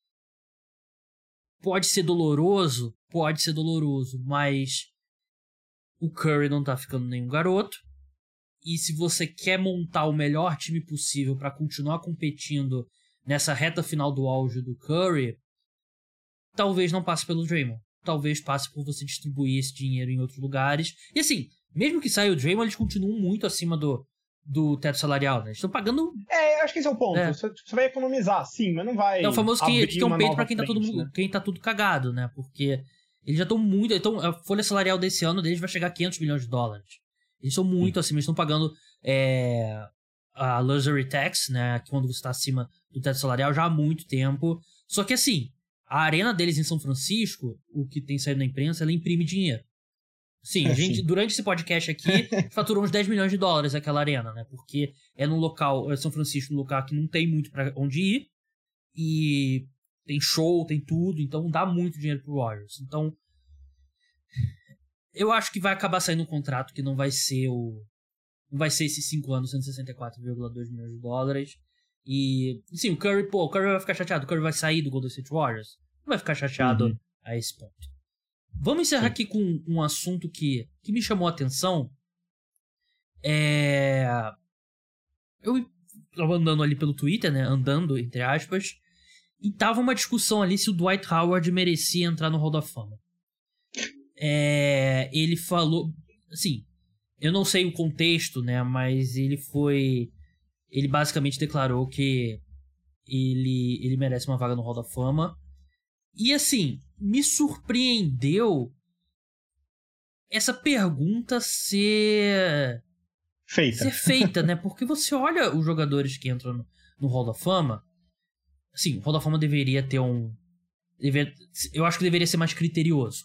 pode ser doloroso, mas o Curry não tá ficando nenhum garoto. E se você quer montar o melhor time possível para continuar competindo nessa reta final do auge do Curry, talvez não passe pelo Draymond. Talvez passe por você distribuir esse dinheiro em outros lugares. E assim, mesmo que saia o Draymond, eles continuam muito acima do teto salarial, né? Eles estão pagando... acho que esse é o ponto. Você vai economizar, sim, mas não vai... É o famoso que é um peito pra quem né? quem tá tudo cagado, né? Porque eles já estão muito... Então, a folha salarial desse ano deles vai chegar a $500 milhões. Eles estão muito acima. Eles estão pagando a luxury tax, né? Quando você tá acima do teto salarial já há muito tempo. Só que assim, a arena deles em São Francisco, o que tem saído na imprensa, ela imprime dinheiro. Sim, a gente, durante esse podcast aqui, faturou uns $10 milhões aquela arena, né? Porque é num local, São Francisco, num local que não tem muito pra onde ir. E tem show, tem tudo, então dá muito dinheiro pro Warriors. Então, eu acho que vai acabar saindo um contrato que não vai ser esses 5 anos, $164,2 milhões. E, sim, o Curry vai ficar chateado. O Curry vai sair do Golden State Warriors. Não vai ficar chateado a esse ponto. Vamos encerrar aqui com um assunto que me chamou a atenção. Eu tava andando ali pelo Twitter, né? Andando, entre aspas. E tava uma discussão ali se o Dwight Howard merecia entrar no Hall da Fama. Ele falou... Assim, eu não sei o contexto, né? Mas ele basicamente declarou que ele merece uma vaga no Hall da Fama. E assim, me surpreendeu essa pergunta ser feita, né? Porque você olha os jogadores que entram no Hall da Fama. Assim, o Hall da Fama deveria ter eu acho que deveria ser mais criterioso.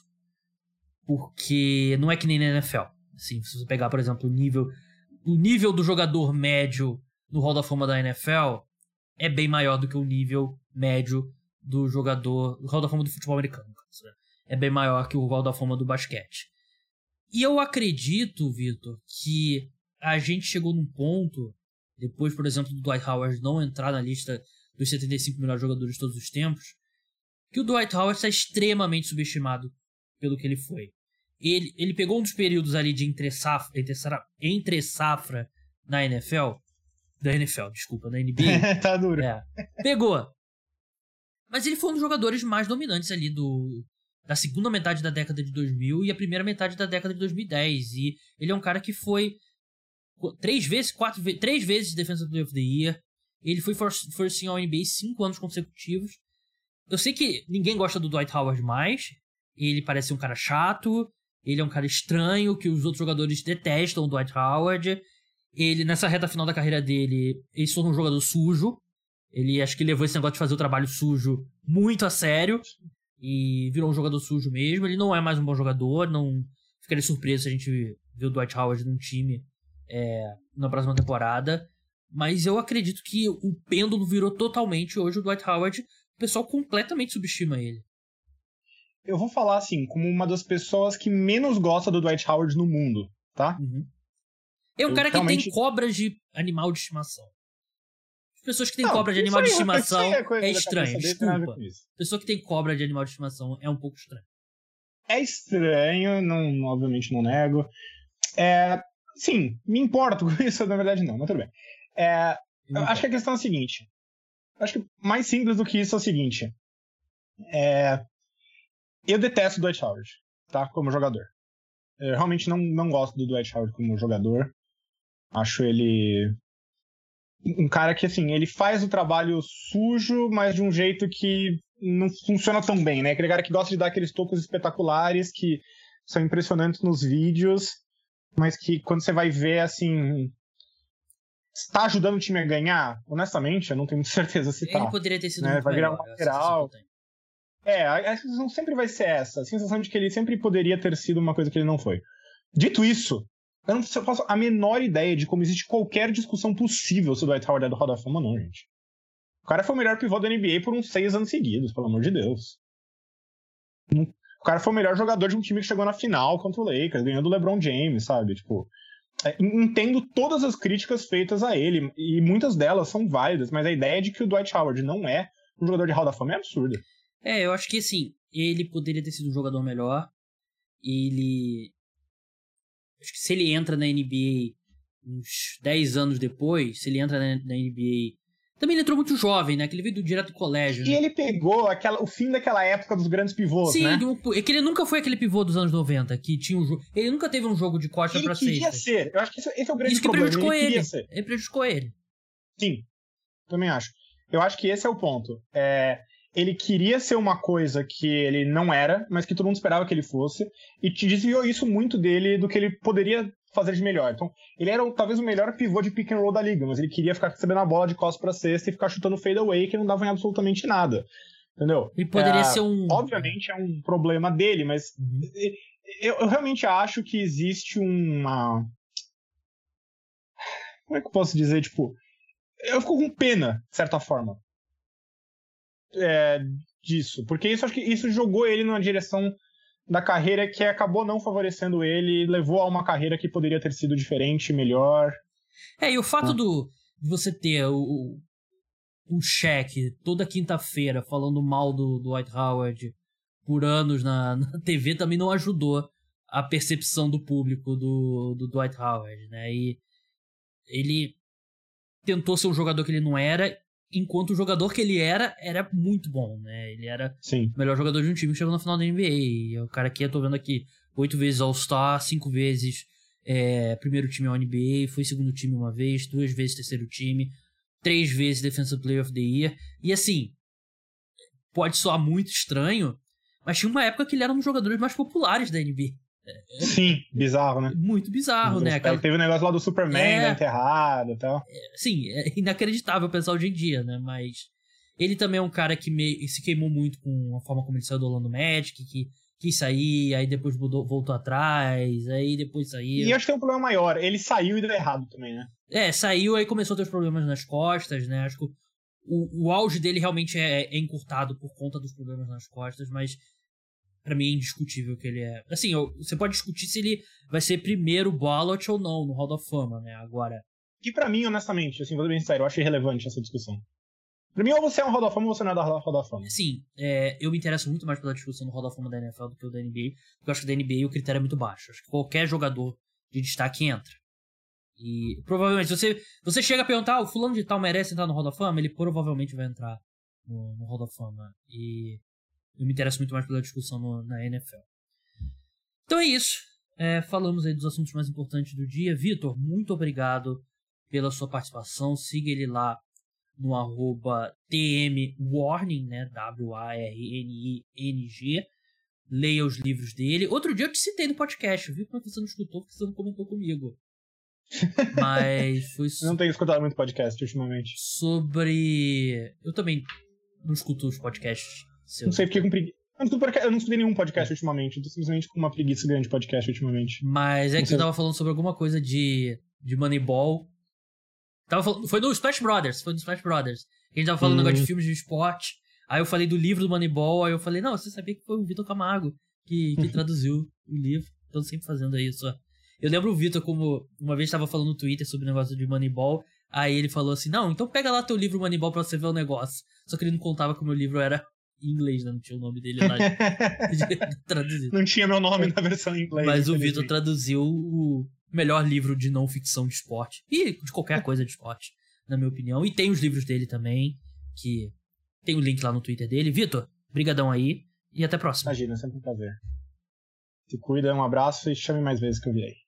Porque não é que nem na NFL. Assim, se você pegar, por exemplo, o nível do jogador médio no Hall da Fama da NFL é bem maior do que o nível médio do Hall da Fama do futebol americano. É bem maior que o Hall da Fama do basquete. E eu acredito, Vitor, que a gente chegou num ponto, depois, por exemplo, do Dwight Howard não entrar na lista dos 75 melhores jogadores de todos os tempos, que o Dwight Howard está extremamente subestimado pelo que ele foi. Ele pegou um dos períodos ali de entre safra na NFL, na NBA. Tá duro. Pegou. Mas ele foi um dos jogadores mais dominantes ali da segunda metade da década de 2000 e a primeira metade da década de 2010. E ele é um cara que foi 3 vezes Defensive Player of the Year. Ele foi First Team All-NBA 5 anos consecutivos. Eu sei que ninguém gosta do Dwight Howard mais. Ele parece um cara chato. Ele é um cara estranho, que os outros jogadores detestam o Dwight Howard. Ele, nessa reta final da carreira dele, ele se tornou um jogador sujo. Ele acho que levou esse negócio de fazer o trabalho sujo muito a sério. E virou um jogador sujo mesmo. Ele não é mais um bom jogador. Não ficaria surpreso se a gente ver o Dwight Howard num time na próxima temporada. Mas eu acredito que o pêndulo virou totalmente hoje o Dwight Howard. O pessoal completamente subestima ele. Eu vou falar assim, como uma das pessoas que menos gosta do Dwight Howard no mundo, tá? É um cara que tem cobras de animal de estimação. As pessoas que têm cobra de animal de estimação é estranho, desculpa. Pessoa que tem cobra de animal de estimação é um pouco estranho. É estranho, não, obviamente não nego. Sim, me importo com isso, na verdade não, mas tudo bem. Eu acho que a questão é a seguinte. Acho que mais simples do que isso é o seguinte. Eu detesto o Dwight Howard, tá? Como jogador. Eu realmente não gosto do Dwight Howard como jogador. Acho ele um cara que, assim, ele faz o trabalho sujo, mas de um jeito que não funciona tão bem, né? Aquele cara que gosta de dar aqueles tocos espetaculares que são impressionantes nos vídeos, mas que quando você vai ver, assim, está ajudando o time a ganhar? Honestamente, eu não tenho muita certeza se tá. Ele poderia ter sido vai virar um lateral. A sensação sempre vai ser essa. A sensação de que ele sempre poderia ter sido uma coisa que ele não foi. Dito isso, eu não faço a menor ideia de como existe qualquer discussão possível se o Dwight Howard é do Hall da Fama, não, gente. O cara foi o melhor pivô da NBA por uns 6 anos seguidos, pelo amor de Deus. O cara foi o melhor jogador de um time que chegou na final contra o Lakers, ganhando o LeBron James, sabe? Tipo, entendo todas as críticas feitas a ele, e muitas delas são válidas, mas a ideia de que o Dwight Howard não é um jogador de Hall da Fama é absurda. Eu acho que, assim, ele poderia ter sido um jogador melhor. Acho que se ele entra na NBA uns 10 anos depois, se ele entra na NBA... Também ele entrou muito jovem, né? Que ele veio direto do colégio. E né? ele pegou o fim daquela época dos grandes pivôs, Sim, né? É que ele nunca foi aquele pivô dos anos 90, que tinha um jogo... Ele nunca teve um jogo de costa pra cesta. Ele queria ser. Eu acho que esse é o grande Isso que problema. prejudicou ele. Ele prejudicou ele. Sim, também acho. Eu acho que esse é o ponto. Ele queria ser uma coisa que ele não era, mas que todo mundo esperava que ele fosse, e te desviou isso muito dele, do que ele poderia fazer de melhor. Então, ele era talvez o melhor pivô de pick and roll da liga, mas ele queria ficar recebendo a bola de costas pra cesta e ficar chutando fade away, que não dava em absolutamente nada. Entendeu? E poderia ser um... Obviamente é um problema dele, mas eu realmente acho que existe uma... Como é que eu posso dizer? Tipo, eu fico com pena, de certa forma. Disso, porque acho que isso jogou ele numa direção da carreira que acabou não favorecendo ele e levou a uma carreira que poderia ter sido diferente, melhor. E o fato de você ter o Shaq toda quinta-feira falando mal do Dwight Howard por anos na TV também não ajudou a percepção do público do Dwight Howard, né? E ele tentou ser um jogador que ele não era, enquanto o jogador que ele era muito bom, né? Ele era o melhor jogador de um time que chegou na final da NBA. E o cara que eu tô vendo aqui, 8 vezes All-Star, 5 vezes primeiro time All-NBA, foi segundo time uma vez, 2 vezes terceiro time, 3 vezes Defensive Player of the Year. E assim, pode soar muito estranho, mas tinha uma época que ele era um dos jogadores mais populares da NBA. Sim, bizarro, né? Muito bizarro, né? Teve o negócio lá do Superman da enterrada e tal. Sim, é inacreditável pensar hoje em dia, né? Mas ele também é um cara que se queimou muito com a forma como ele saiu do Orlando Magic, que quis sair, aí depois voltou atrás, aí depois saiu. E acho que tem um problema maior, ele saiu e deu errado também, né? Saiu, aí começou a ter os problemas nas costas, né? Acho que o auge dele realmente é encurtado por conta dos problemas nas costas, mas pra mim é indiscutível que ele é... Assim, você pode discutir se ele vai ser primeiro ballot ou não no Hall da Fama, né? Agora... E pra mim, honestamente, assim, vou ser bem sério, eu acho irrelevante essa discussão. Pra mim, ou você é um Hall da Fama ou você não é da Hall da Fama. Sim, eu me interesso muito mais pela discussão do Hall da Fama da NFL do que o da NBA, porque eu acho que da NBA o critério é muito baixo. Acho que qualquer jogador de destaque entra. E provavelmente, se você chega a perguntar, o fulano de tal merece entrar no Hall da Fama, ele provavelmente vai entrar no Hall da Fama. E eu me interesso muito mais pela discussão na NFL. Então é isso. Falamos aí dos assuntos mais importantes do dia. Vitor, muito obrigado pela sua participação. Siga ele lá no @TMWarning, né? WARNING. Leia os livros dele. Outro dia eu te citei no podcast. Eu vi como você não escutou porque você não comentou comigo. Mas foi Eu não tenho escutado muito podcast ultimamente. Eu também não escuto os podcasts. Não sei porque com preguiça. Eu não escutei nenhum podcast ultimamente. Eu tô simplesmente com uma preguiça grande de podcast ultimamente. Mas que eu tava falando sobre alguma coisa de Moneyball. Foi no Splash Brothers. Que a gente tava falando negócio de filmes de esporte. Aí eu falei do livro do Moneyball. Aí eu falei, não, você sabia que foi o Vitor Camargo que traduziu o livro. Tô sempre fazendo isso. Eu lembro o Vitor como uma vez tava falando no Twitter sobre o negócio de Moneyball. Aí ele falou assim, não, então pega lá teu livro Moneyball pra você ver o negócio. Só que ele não contava que o meu livro era em inglês, né? Não tinha o nome dele lá traduzido. Não tinha meu nome na versão em inglês. Mas o Vitor traduziu o melhor livro de não ficção de esporte. E de qualquer coisa de esporte, na minha opinião. E tem os livros dele também, que tem o link lá no Twitter dele. Vitor, brigadão aí e até a próxima. Imagina, sempre um prazer. Se cuida, um abraço e chame mais vezes que eu virei.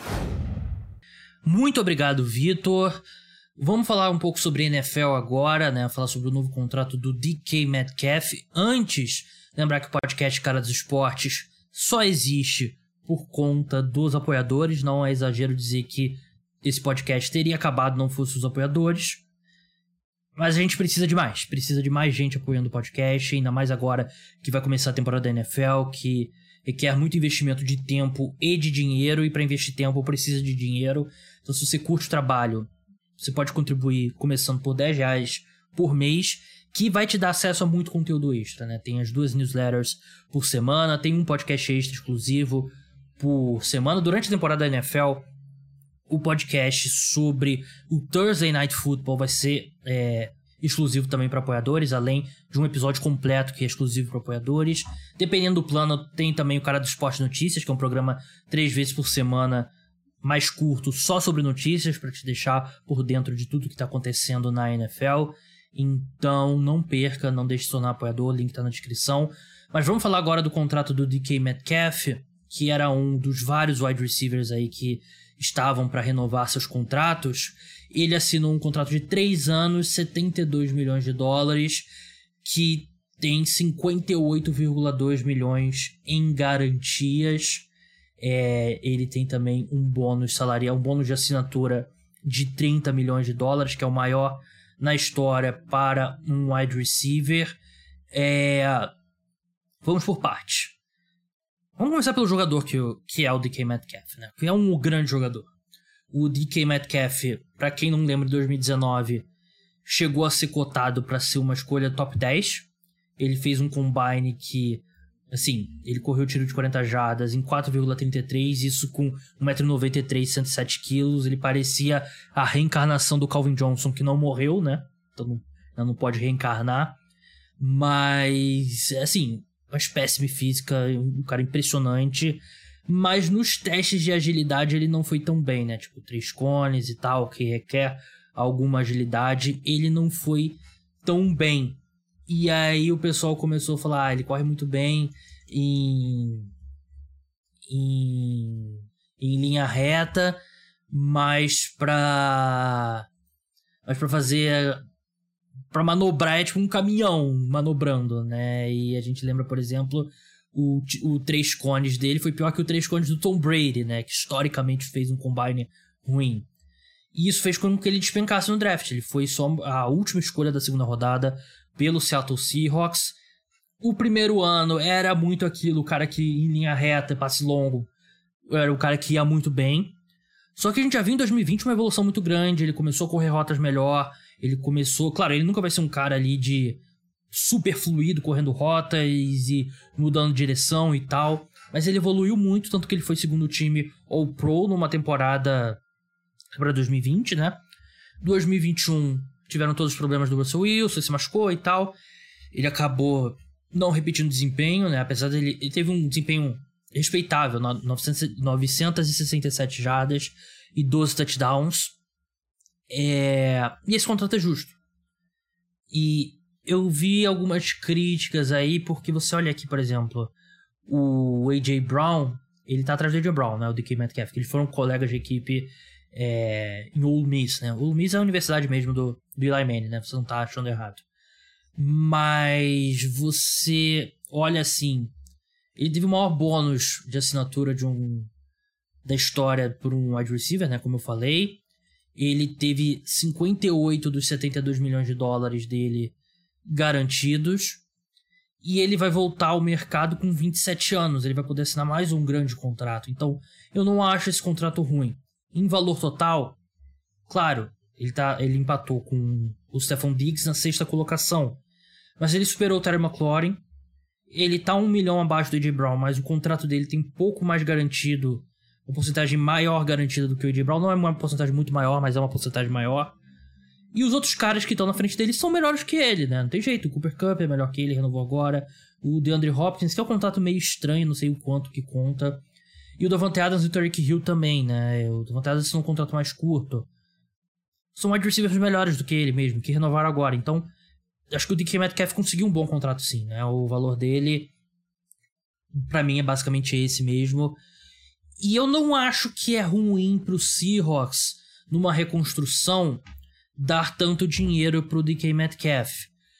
Muito obrigado, Vitor. Vamos falar um pouco sobre NFL agora, né? Falar sobre o novo contrato do DK Metcalf. Antes, lembrar que o podcast Cara dos Esportes só existe por conta dos apoiadores. Não é exagero dizer que esse podcast teria acabado não fosse os apoiadores. Mas a gente precisa de mais. Precisa de mais gente apoiando o podcast, ainda mais agora que vai começar a temporada da NFL, que requer muito investimento de tempo e de dinheiro, e para investir tempo precisa de dinheiro. Então, se você curte o trabalho, você pode contribuir começando por R$10 por mês, que vai te dar acesso a muito conteúdo extra, né? Tem as 2 newsletters por semana, tem um podcast extra exclusivo por semana. Durante a temporada da NFL, o podcast sobre o Thursday Night Football vai ser exclusivo também para apoiadores, além de um episódio completo que é exclusivo para apoiadores. Dependendo do plano, tem também o Cara do Esporte Notícias, que é um programa 3 vezes por semana, mais curto, só sobre notícias, para te deixar por dentro de tudo que está acontecendo na NFL. Então não perca, não deixe de se tornar apoiador, o link está na descrição. Mas vamos falar agora do contrato do DK Metcalf, que era um dos vários wide receivers aí que estavam para renovar seus contratos. Ele assinou um contrato de 3 anos, $72 milhões, que tem 58,2 milhões em garantias. Ele tem também um bônus salarial, um bônus de assinatura de $30 milhões, que é o maior na história para um wide receiver. Vamos por partes. Vamos começar pelo jogador que é o DK Metcalf, né? Que é um grande jogador. O DK Metcalf, para quem não lembra, de 2019, chegou a ser cotado para ser uma escolha top 10. Ele fez um combine que, assim, ele correu tiro de 40 jardas em 4,33, isso com 1,93m, 107 kg. Ele parecia a reencarnação do Calvin Johnson, que não morreu, né? Então não pode reencarnar. Mas, assim, uma espécime física, um cara impressionante. Mas nos testes de agilidade ele não foi tão bem, né? Tipo, 3 cones e tal, que requer alguma agilidade. Ele não foi tão bem. E aí o pessoal começou a falar, ele corre muito bem em linha reta, mas pra manobrar é tipo um caminhão manobrando, né? E a gente lembra, por exemplo, o 3 cones dele foi pior que o 3 cones do Tom Brady, né? Que historicamente fez um combine ruim. E isso fez com que ele despencasse no draft. Ele foi só a última escolha da segunda rodada pelo Seattle Seahawks. O primeiro ano era muito aquilo, o cara que em linha reta, passe longo, era o cara que ia muito bem. Só que a gente já viu em 2020 uma evolução muito grande, ele começou a correr rotas melhor, ele começou... Claro, ele nunca vai ser um cara ali de super fluido, correndo rotas e mudando de direção e tal, mas ele evoluiu muito, tanto que ele foi segundo time All-Pro numa temporada para 2020, né? 2021 tiveram todos os problemas do Russell Wilson, se machucou e tal. Ele acabou não repetindo desempenho, né? Apesar dele... Ele teve um desempenho respeitável, 967 jardas e 12 touchdowns. E esse contrato é justo. E eu vi algumas críticas aí, porque você olha aqui, por exemplo, o A.J. Brown, ele tá atrás do A.J. Brown, né? O DK Metcalf, que eles foram colegas de equipe em Ole Miss, né? Ole Miss é a universidade mesmo do Eli Manning, né? Você não tá achando errado. Mas você olha assim, ele teve o maior bônus de assinatura da história por um wide receiver, né? Como eu falei. Ele teve 58 dos $72 milhões dele garantidos. E ele vai voltar ao mercado com 27 anos. Ele vai poder assinar mais um grande contrato. Então, eu não acho esse contrato ruim. Em valor total, claro, ele empatou com o Stephon Diggs na 6ª colocação. Mas ele superou o Terry McLaurin. Ele tá 1 milhão abaixo do A.J. Brown, mas o contrato dele tem pouco mais garantido, uma porcentagem maior garantida do que o A.J. Brown. Não é uma porcentagem muito maior, mas é uma porcentagem maior. E os outros caras que estão na frente dele são melhores que ele, né? Não tem jeito. O Cooper Kupp é melhor que ele, renovou agora. O DeAndre Hopkins, que é um contrato meio estranho, não sei o quanto que conta. E o Davante Adams e o Tyreek Hill também, né? O Davante Adams é um contrato mais curto. São wide receivers melhores do que ele mesmo, que renovaram agora. Então, acho que o DK Metcalf conseguiu um bom contrato sim, né? O valor dele, pra mim, é basicamente esse mesmo. E eu não acho que é ruim pro Seahawks, numa reconstrução, dar tanto dinheiro pro DK Metcalf.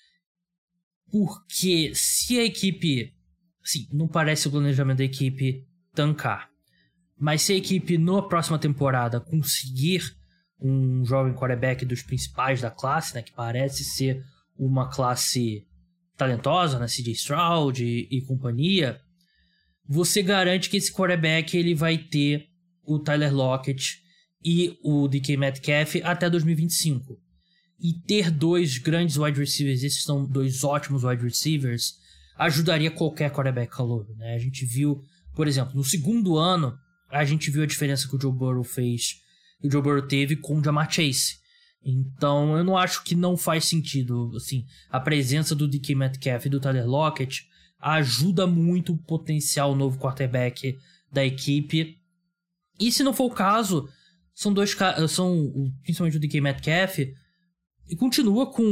Porque se a equipe... Sim, não parece o planejamento da equipe tancar. Mas se a equipe, na próxima temporada, conseguir um jovem quarterback dos principais da classe, né, que parece ser uma classe talentosa, né, CJ Stroud e companhia, você garante que esse quarterback ele vai ter o Tyler Lockett e o DK Metcalf até 2025. E ter dois grandes wide receivers, esses são dois ótimos wide receivers, ajudaria qualquer quarterback calouro, né? A gente viu, por exemplo, no segundo ano, a gente viu a diferença que o Joe Burrow fez, que o Joe Burrow teve com o Ja'Marr Chase. Então, eu não acho que não faz sentido, assim, a presença do DK Metcalf e do Tyler Lockett ajuda muito o potencial novo quarterback da equipe. E se não for o caso, são dois caras, principalmente o DK Metcalf, e continua com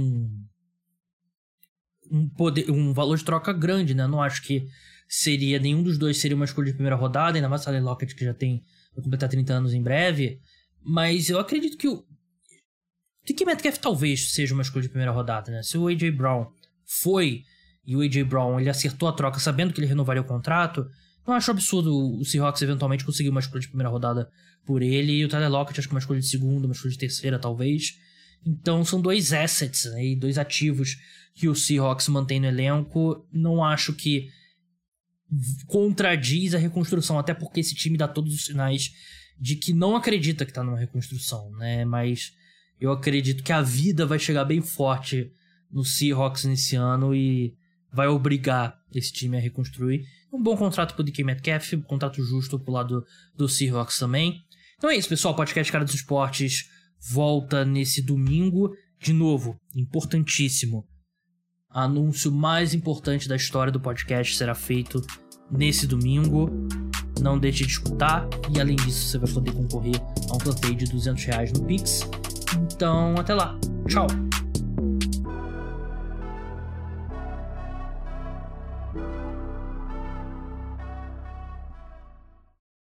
um valor de troca grande, né? Não acho que nenhum dos dois seria uma escolha de primeira rodada, ainda mais o Tyler Lockett, que vai completar 30 anos em breve. Mas eu acredito que o DK Metcalf talvez seja uma escolha de primeira rodada, né? Se o A.J. Brown e o A.J. Brown ele acertou a troca sabendo que ele renovaria o contrato, não acho absurdo o Seahawks eventualmente conseguir uma escolha de primeira rodada por ele, e o Tyler Lockett acho que uma escolha de segunda, uma escolha de terceira talvez. Então são dois assets, né, e dois ativos que o Seahawks mantém no elenco. Não acho que contradiz a reconstrução, até porque esse time dá todos os sinais de que não acredita que está numa reconstrução, né? Mas eu acredito que a vida vai chegar bem forte no Seahawks nesse ano e vai obrigar esse time a reconstruir. Um bom contrato pro DK Metcalf, um contrato justo pro lado do Seahawks também. Então é isso, pessoal. O podcast Cara dos Esportes volta nesse domingo. De novo, importantíssimo. Anúncio mais importante da história do podcast será feito nesse domingo. Não deixe de escutar. E além disso, você vai poder concorrer a um sorteio de R$200 no Pix. Então, até lá. Tchau.